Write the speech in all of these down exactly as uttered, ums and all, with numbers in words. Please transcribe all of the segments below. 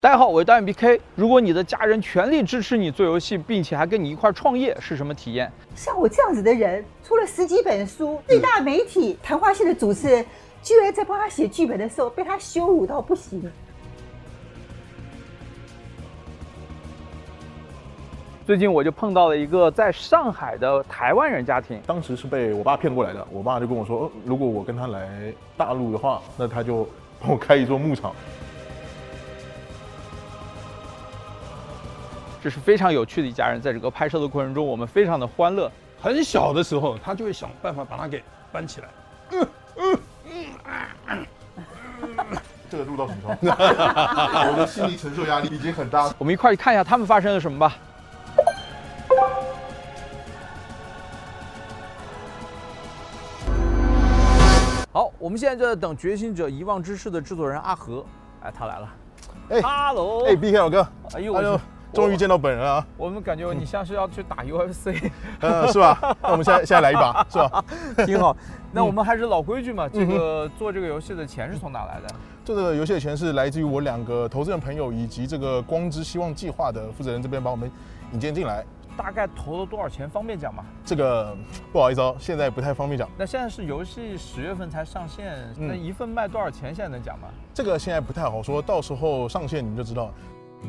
大家好，我是导演 B K。如果你的家人全力支持你做游戏，并且还跟你一块创业，是什么体验？ 像我这样子的人，出了十几本书，最大媒体谈话性的主持人，居然在帮他写剧本的时候被他羞辱到不行。 最近我就碰到了一个在上海的台湾人家庭， 当时是被我爸骗过来的。我爸就跟我说，哦，如果我跟他来大陆的话，那他就帮我开一座牧场。 这是非常有趣的一家人，在整个拍摄的过程中，我们非常的欢乐。 很小的时候，他就会想办法把它给搬起来。嗯嗯嗯这个录到什么时候？我的心理承受压力已经很大。 我们一块去看一下他们发生了什么吧。好，我们现在就在等《觉醒者：遗忘之事》的制作人阿和，哎，他来了。 哎 ，Hello， 哎 ，B K 老哥， 哎呦，哎呦。 终于见到本人了啊！ 我们感觉你像是要去打 U F C， 呃，是吧？那我们现在现在来一把，是吧？ 挺好。那我们还是老规矩嘛，这个做这个游戏的钱是从哪来的？ 这个游戏的钱是来自于我两个投资人朋友以及这个光之希望计划的负责人这边把我们引荐进来。 大概投了多少钱？方便讲吗？ 这个不好意思哦，现在不太方便讲。 那现在是游戏十月份才上线，那一份卖多少钱？现在能讲吗？ 这个现在不太好说，到时候上线你们就知道了。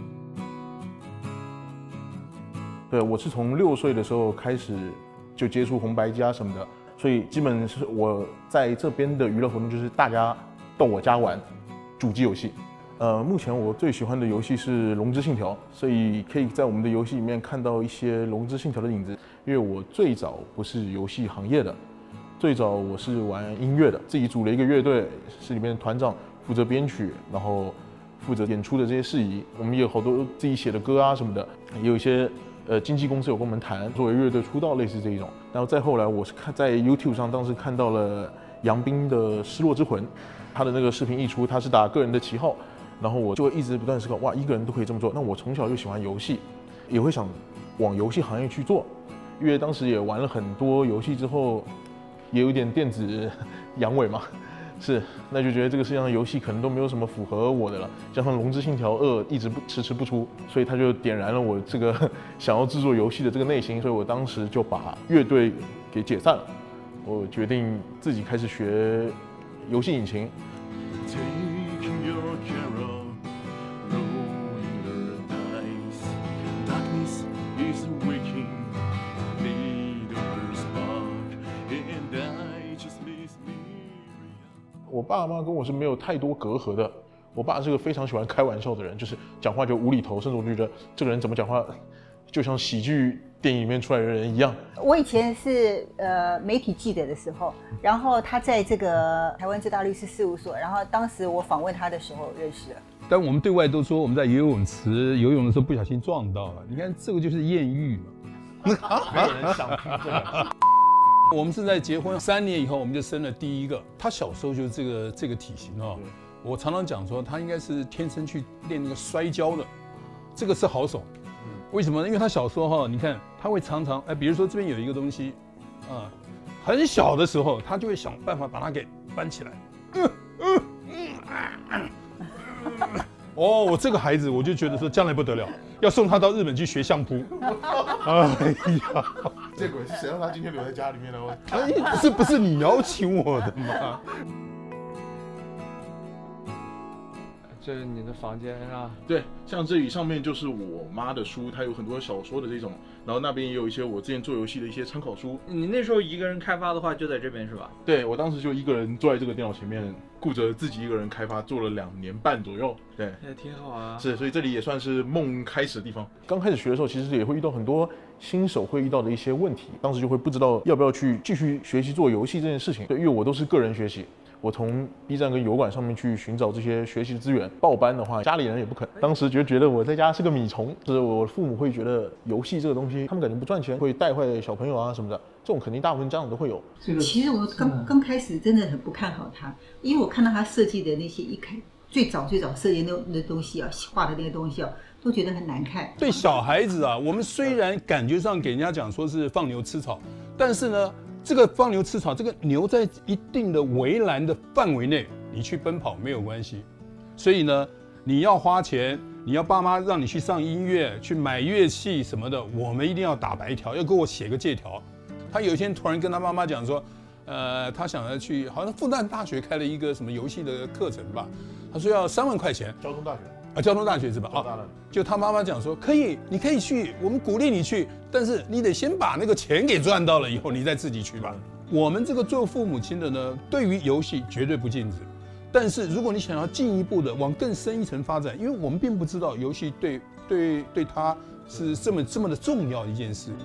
对，我是从六岁的时候开始就接触红白机啊什么的，所以基本是我在这边的娱乐活动就是大家到我家玩主机游戏。呃，目前我最喜欢的游戏是《龙之信条》，所以可以在我们的游戏里面看到一些《龙之信条》的影子。因为我最早不是游戏行业的，最早我是玩音乐的，自己组了一个乐队，是里面的团长，负责编曲，然后负责演出的这些事宜。我们也有好多自己写的歌啊什么的，也有一些。呃，经纪公司有跟我们谈，作为乐队出道，类似这一种。然后再后来，我是看在 YouTube 上，当时看到了杨斌的《失落之魂》，他的那个视频一出，他是打个人的旗号，然后我就一直不断思考，哇，一个人都可以这么做。那我从小就喜欢游戏，也会想往游戏行业去做，因为当时也玩了很多游戏之后，也有一点电子阳痿嘛。是，那就觉得这个世界上游戏可能都没有什么符合我的了，加上《龙之信条二》一直不迟迟不出，所以他就点燃了我这个想要制作游戏的这个内心，所以我当时就把乐队给解散了，我决定自己开始学游戏引擎。我爸妈跟我是没有太多隔阂的。我爸是个非常喜欢开玩笑的人，就是讲话就无厘头，甚至我就觉得这个人怎么讲话，就像喜剧电影里面出来的人一样。 我以前是呃媒体记者的时候，然后他在这个台湾最大律师事务所，然后当时我访问他的时候认识了。 但我们对外都说我们在游泳池游泳的时候不小心撞到了，你看这个就是艳遇嘛。 没有人想听这个。 我们是在结婚三年以后，我们就生了第一个。他小时候就是这个这个体型哦，我常常讲说他应该是天生去练那个摔跤的，这个是好手。为什么呢？因为他小时候哈，你看他会常常哎，比如说这边有一个东西，啊，很小的时候他就会想办法把它给搬起来。嗯嗯嗯哦，我这个孩子我就觉得说将来不得了，要送他到日本去学相扑。哎呀， 这鬼是谁让他今天留在家里面呢？ 哎，不是不是你邀请我的吗？ 这是你的房间啊？ 对，像这里上面就是我妈的书，她有很多小说的这种，然后那边也有一些我之前做游戏的一些参考书。 你那时候一个人开发的话，就在这边是吧？ 对，我当时就一个人坐在这个电脑前面，顾着自己一个人开发，做了两年半左右。对， 也挺好啊。 是，所以这里也算是梦开始的地方。刚开始学的时候，其实也会遇到很多新手会遇到的一些问题，当时就会不知道要不要去继续学习做游戏这件事情。对，因为我都是个人学习。我从 B 站跟油管上面去寻找这些学习的资源，报班的话，家里人也不肯。当时就觉得我在家是个米虫，就是我父母会觉得游戏这个东西，他们感觉不赚钱，会带坏小朋友啊什么的，这种肯定大部分家长都会有。 其实我刚刚开始真的很不看好他，因为我看到他设计的那些一开最早最早设计的那那东西啊，画的那些东西啊，都觉得很难看。 对小孩子啊，我们虽然感觉上给人家讲说是放牛吃草，但是呢。这个放牛吃草，这个牛在一定的围栏的范围内，你去奔跑没有关系。所以呢，你要花钱， 你要爸妈让你去上音乐、去买乐器什么的，我们一定要打白条，要给我写个借条。他有一天突然跟他妈妈讲说，呃，他想要去，好像复旦大学开了一个什么游戏的课程吧，他说要三万块钱。 交通大学啊，交通大学是吧？啊，就他妈妈讲说，可以，你可以去，我们鼓励你去，但是你得先把那个钱给赚到了以后，你再自己去吧。我们这个做父母亲的呢，对于游戏绝对不禁止。但是如果你想要进一步的往更深一层发展，因为我们并不知道游戏对对对他是这么这么的重要的一件事。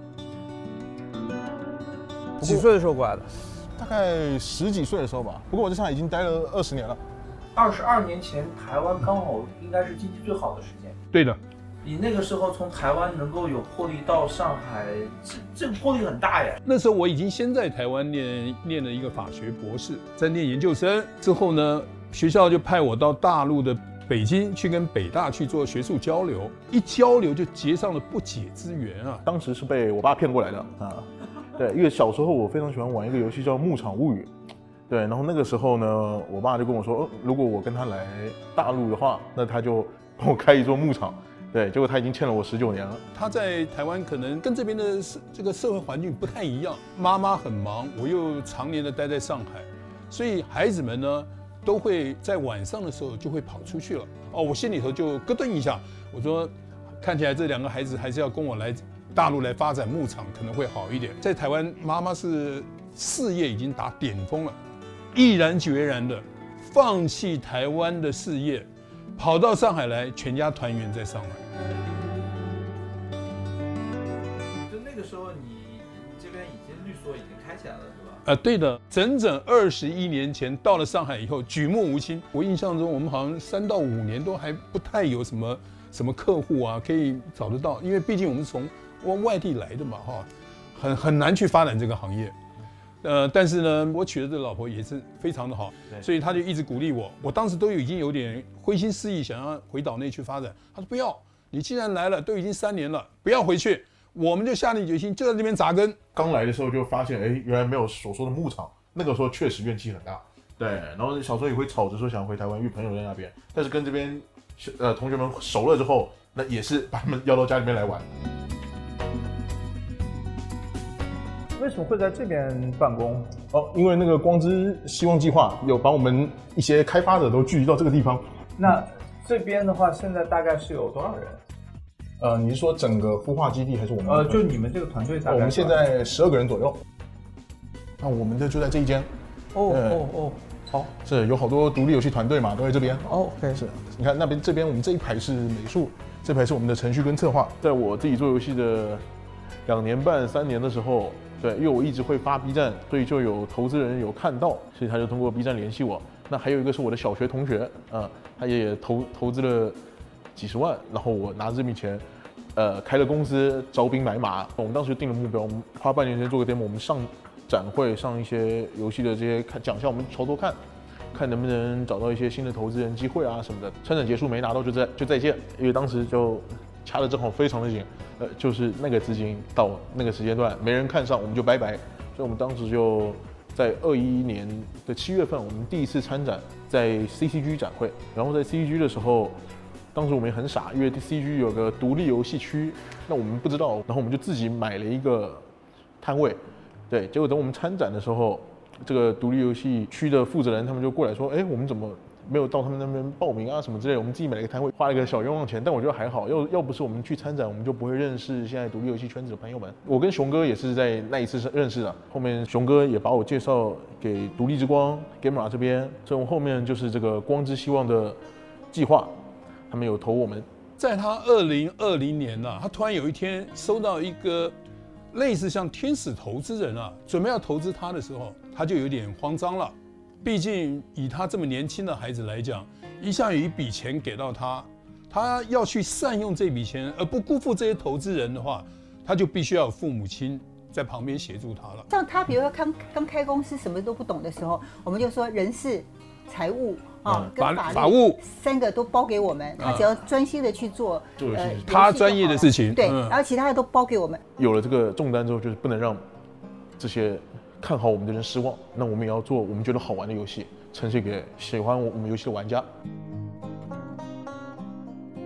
几岁的时候过来的？ 大概十几岁的时候吧。不过我在上海已经待了二十年了。 二十二年前，台湾刚好应该是经济最好的时间。 对的。 你那个时候从台湾能够有魄力到上海，这这个魄力很大耶。 那时候我已经先在台湾念念了一个法学博士，在念研究生之后呢，学校就派我到大陆的北京去跟北大去做学术交流，一交流就结上了不解之缘啊。 当时是被我爸骗过来的啊，对，因为小时候我非常喜欢玩一个游戏叫《牧场物语》，对，然后那个时候呢，我爸就跟我说，哦，如果我跟他来大陆的话，那他就帮我开一座牧场。对，结果他已经欠了我十九年了。 他在台湾可能跟这边的这个社会环境不太一样，妈妈很忙，我又常年的待在上海，所以孩子们呢都会在晚上的时候就会跑出去了。哦，我心里头就咯噔一下，我说看起来这两个孩子还是要跟我来大陆来发展牧场可能会好一点。在台湾，妈妈是事业已经达顶峰了，毅然决然的放弃台湾的事业，跑到上海来，全家团圆在上海。 就那个时候你，你这边已经律所已经开起来了，是吧？ 呃，对的，整整二十一年前到了上海以后，举目无亲。我印象中，我们好像三到五年都还不太有什么什么客户啊可以找得到，因为毕竟我们是从往外地来的嘛，哈，很很难去发展这个行业。呃，但是呢，我娶的这个老婆也是非常的好，所以他就一直鼓励我。我当时都已经有点灰心失意，想要回岛内去发展。他说不要，你既然来了，都已经三年了，不要回去，我们就下定决心就在这边扎根。 刚来的时候就发现，哎，原来没有所说的牧场。那个时候确实怨气很大，对。然后小时候也会吵着说想回台湾，因为朋友在那边。但是跟这边呃同学们熟了之后，那也是把他们邀到家里面来玩。 为什么会在这边办公？ 哦，因为那个光之希望计划有把我们一些开发者都聚集到这个地方。 那这边的话，现在大概是有多少人？ 呃，你是说整个孵化基地还是我们？ 呃，就你们这个团队大概、 哦？我们现在十二个人左右。那我们的就在这一间。 哦哦哦，好， 是有好多独立游戏团队嘛，都在这边。 哦 ，OK， 是。你看那边这边我们这一排是美术，这排是我们的程序跟策划。在我自己做游戏的两年半、三年的时候。对，因为我一直会发 B 站，所以就有投资人有看到，所以他就通过 B 站联系我。那还有一个是我的小学同学，啊、呃，他也投投资了几十万，然后我拿着这笔钱，呃，开了公司，招兵买马。我们当时就定了目标，我们花半年时间做个 demo， 我们上展会，上一些游戏的这些看奖项，我们朝头看，看能不能找到一些新的投资人机会啊什么的。参展结束没拿到就再就再见，因为当时就掐得正好非常的紧。呃，就是那个资金到那个时间段没人看上，我们就拜拜。所以我们当时就在二一年的七月份，我们第一次参展在 C C G 展会。然后在 C C G 的时候，当时我们也很傻，因为 C C G 有个独立游戏区，那我们不知道，然后我们就自己买了一个摊位。对，结果等我们参展的时候，这个独立游戏区的负责人他们就过来说，哎，我们怎么没有到他们那边报名啊什么之类的，我们自己买了一个摊位，花了一个小冤枉钱，但我觉得还好，要要不是我们去参展，我们就不会认识现在独立游戏圈子的朋友们。我跟熊哥也是在那一次认识的，后面熊哥也把我介绍给独立之光 Gamera 这边，所以我后面就是这个光之希望的计划，他们有投我们。 在他二零二零年呢、啊，他突然有一天收到一个类似像天使投资人啊，准备要投资他的时候，他就有点慌张了。毕竟以他这么年轻的孩子来讲，一下有一笔钱给到他，他要去善用这笔钱，而不辜负这些投资人的话，他就必须要有父母亲在旁边协助他了。 像他，比如说刚刚开公司，什么都不懂的时候，我们就说人事、财务啊、跟法律、 法务三个都包给我们，他只要专心的去做呃他专业的事情， 对，然后其他的都包给我们。 有了这个重担之后，就是不能让这些看好我们的人失望，那我们也要做我们觉得好玩的游戏，呈现给喜欢我们游戏的玩家。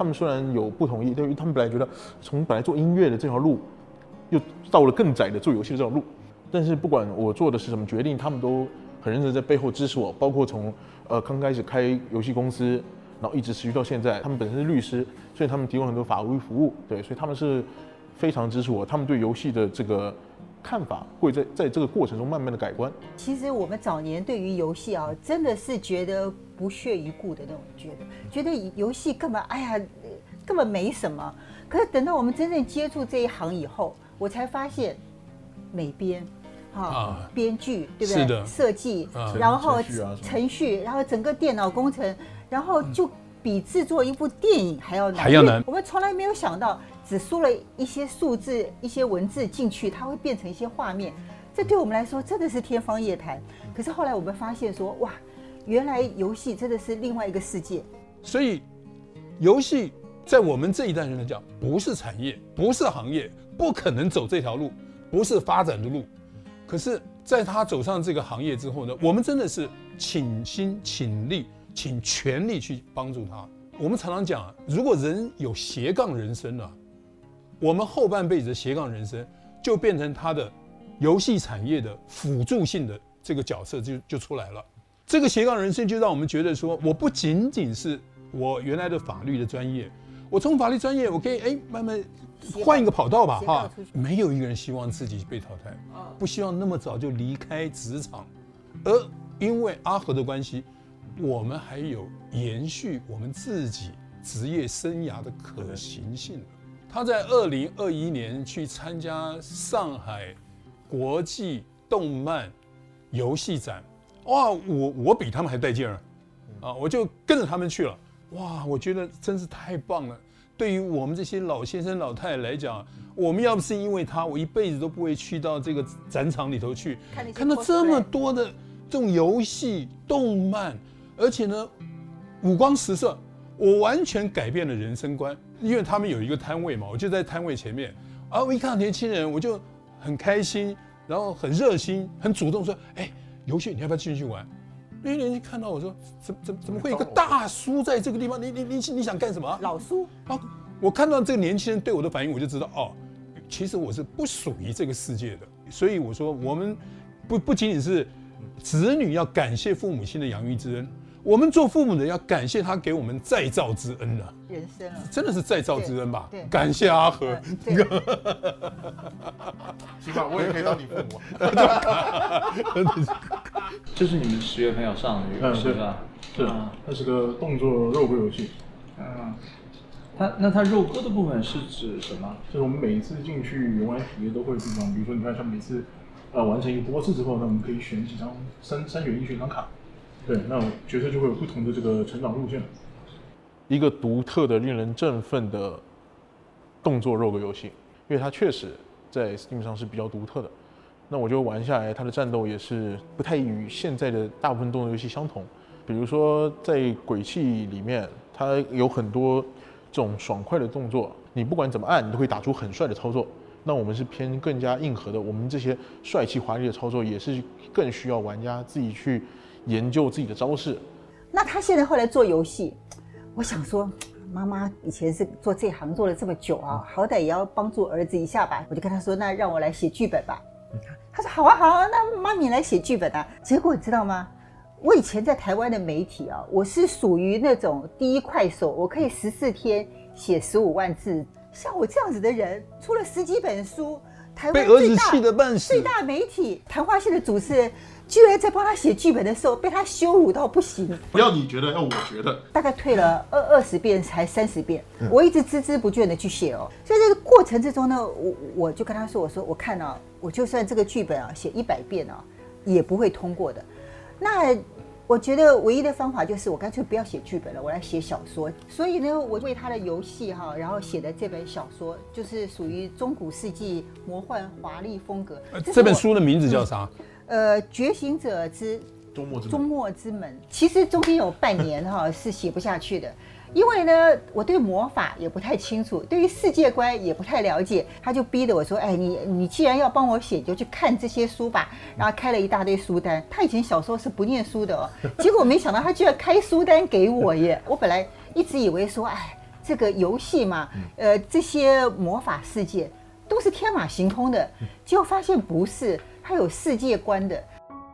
他们虽然有不同意，但是他们本来觉得从本来做音乐的这条路，又到了更窄的做游戏的这条路。但是不管我做的是什么决定，他们都很认真在背后支持我，包括从呃刚开始开游戏公司，然后一直持续到现在。他们本身是律师，所以他们提供很多法律服务，对，所以他们是非常支持我。他们对游戏的这个看法会在在这个过程中慢慢的改观。 其实我们早年对于游戏啊，真的是觉得不屑一顾的那种，觉得觉得游戏根本哎呀根本没什么。可是等到我们真正接触这一行以后，我才发现美编。啊，编剧对不对？ 是的， 设计， 啊、 然后程序、啊、 程序，然后整个电脑工程，然后就比制作一部电影还要难。 还要难。 我们从来没有想到，只输了一些数字、一些文字进去，它会变成一些画面。这对我们来说真的是天方夜谭。可是后来我们发现说，哇，原来游戏真的是另外一个世界。 所以，游戏在我们这一代人来讲，不是产业，不是行业，不可能走这条路，不是发展的路。可是，在他走上这个行业之后呢，我们真的是倾心、倾力、倾全力去帮助他。我们常常讲啊，如果人有斜杠人生啊，我们后半辈子的斜杠人生就变成他的游戏产业的辅助性的这个角色就就出来了。这个斜杠人生就让我们觉得说，我不仅仅是我原来的法律的专业，我从法律专业我可以哎慢慢。换一个跑道吧，哈！没有一个人希望自己被淘汰，不希望那么早就离开职场。而因为阿和的关系，我们还有延续我们自己职业生涯的可行性。他在二零二一年去参加上海国际动漫游戏展，哇，我我比他们还带劲儿啊！我就跟着他们去了，哇，我觉得真是太棒了。对于我们这些老先生老太太来讲，我们要不是因为他，我一辈子都不会去到这个展场里头去，看, 看到这么多的这种游戏、动漫，而且呢，五光十色，我完全改变了人生观。因为他们有一个摊位嘛，我就在摊位前面，啊，我一看到年轻人，我就很开心，然后很热心、很主动说：“哎，游戏你要不要进去玩？”那些人看到我说：“怎怎怎么会有一个大叔在这个地方？你你你你想干什么？” 老叔啊，我看到这个年轻人对我的反应，我就知道哦，其实我是不属于这个世界的。所以我说，我们不不仅仅是子女要感谢父母亲的养育之恩，我们做父母的要感谢他给我们再造之恩了。 人生啊， 真的是再造之恩吧？感谢阿和。 起码我也可以当你父母。 这是你们十月份要上的游戏吧？ 是，它是个动作肉鸽游戏。 嗯，它那它肉鸽的部分是指什么？ 就是我们每一次进去游玩体验都会有不同，比如说你看像每次呃完成一个波次之后，那我们可以选几张三三选一选张卡，对，那角色就会有不同的这个成长路线。一个独特的、令人振奋的动作肉鸽游戏，因为它确实在 Steam 上是比较独特的。那我就玩下来，它的战斗也是不太与现在的大部分动作游戏相同。比如说在鬼泣里面，它有很多这种爽快的动作，你不管怎么按，你都会打出很帅的操作。那我们是偏更加硬核的，我们这些帅气华丽的操作也是更需要玩家自己去研究自己的招式。 那他现在后来做游戏，我想说，妈妈以前是做这行做了这么久啊，好歹也要帮助儿子一下吧。我就跟他说，那让我来写剧本吧。他说好啊好啊，那妈咪来写剧本啊。结果你知道吗？我以前在台湾的媒体啊，我是属于那种第一快手，我可以十四天写十五万字。像我这样子的人，出了十几本书，台湾被儿子气得半死。 最大媒体谈话性的主持人，居然在帮他写剧本的时候被他羞辱到不行。 不要你觉得，要我觉得。 大概退了二二十遍才三十遍，嗯、我一直孜孜不倦的去写哦。所以这个过程之中呢，我我就跟他说，我说我看啊，我就算这个剧本啊写一百遍啊，也不会通过的。那我觉得唯一的方法就是我干脆不要写剧本了，我来写小说。所以呢，我为他的游戏哈，然后写的这本小说就是属于中古世纪魔幻华丽风格。 呃、这本书的名字叫啥？ 呃，觉醒者之周末之周末之门。其实中间有半年哈是写不下去的。因为呢，我对魔法也不太清楚，对于世界观也不太了解，他就逼着我说：“哎，你你既然要帮我写，就去看这些书吧。”然后开了一大堆书单。他以前小时候是不念书的哦，结果没想到他居然开书单给我耶！我本来一直以为说，哎， 这个游戏嘛，呃，这些魔法世界都是天马行空的，结果发现不是，它有世界观的。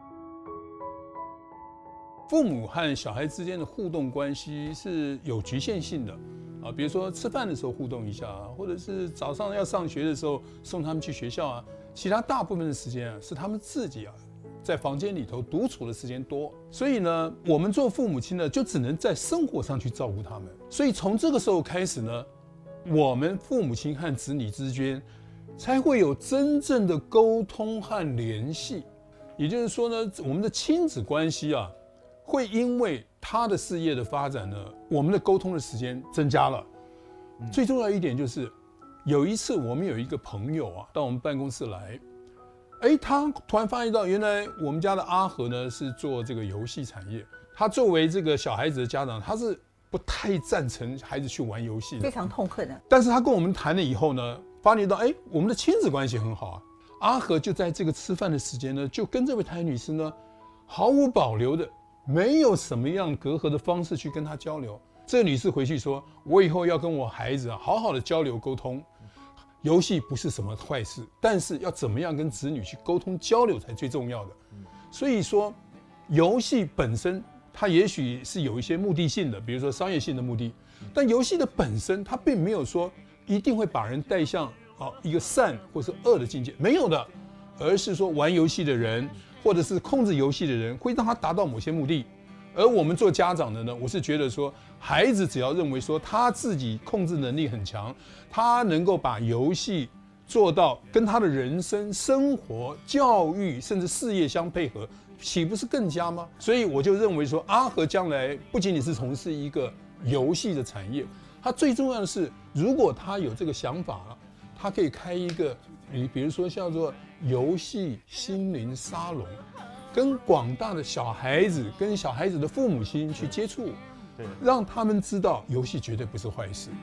父母和小孩之间的互动关系是有局限性的啊，比如说吃饭的时候互动一下啊，或者是早上要上学的时候送他们去学校啊，其他大部分的时间啊是他们自己啊在房间里头独处的时间多，所以呢，我们做父母亲呢就只能在生活上去照顾他们，所以从这个时候开始呢，我们父母亲和子女之间才会有真正的沟通和联系，也就是说呢，我们的亲子关系啊。会因为他的事业的发展呢，我们的沟通的时间增加了。嗯、最重要一点就是，有一次我们有一个朋友啊，到我们办公室来，哎，他突然发现到，原来我们家的阿和呢是做这个游戏产业。他作为这个小孩子的家长，他是不太赞成孩子去玩游戏的， 非常痛恨的。 但是他跟我们谈了以后呢，发现到，哎，我们的亲子关系很好啊。阿和就在这个吃饭的时间呢，就跟这位台女士呢，毫无保留的。没有什么样隔阂的方式去跟他交流。这个女士回去说：“我以后要跟我孩子啊好好的交流沟通，游戏不是什么坏事，但是要怎么样跟子女去沟通交流才最重要的。”所以说，游戏本身它也许是有一些目的性的，比如说商业性的目的，但游戏的本身它并没有说一定会把人带向啊一个善或是恶的境界，没有的，而是说玩游戏的人。或者是控制游戏的人会让他达到某些目的，而我们做家长的呢，我是觉得说，孩子只要认为说他自己控制能力很强，他能够把游戏做到跟他的人生、生活、教育甚至事业相配合，岂不是更佳吗？所以我就认为说，阿和将来不仅仅是从事一个游戏的产业，他最重要的是，如果他有这个想法了，他可以开一个，你比如说叫做游戏心灵沙龙，跟广大的小孩子、跟小孩子的父母亲去接触，让他们知道游戏绝对不是坏事。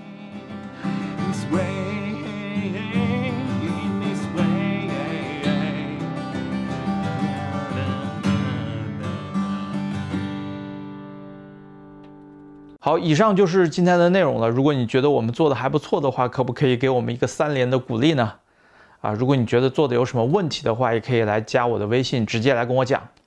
好，以上就是今天的内容了。如果你觉得我们做的还不错的话，可不可以给我们一个三连的鼓励呢？啊，如果你觉得做的有什么问题的话，也可以来加我的微信，直接来跟我讲。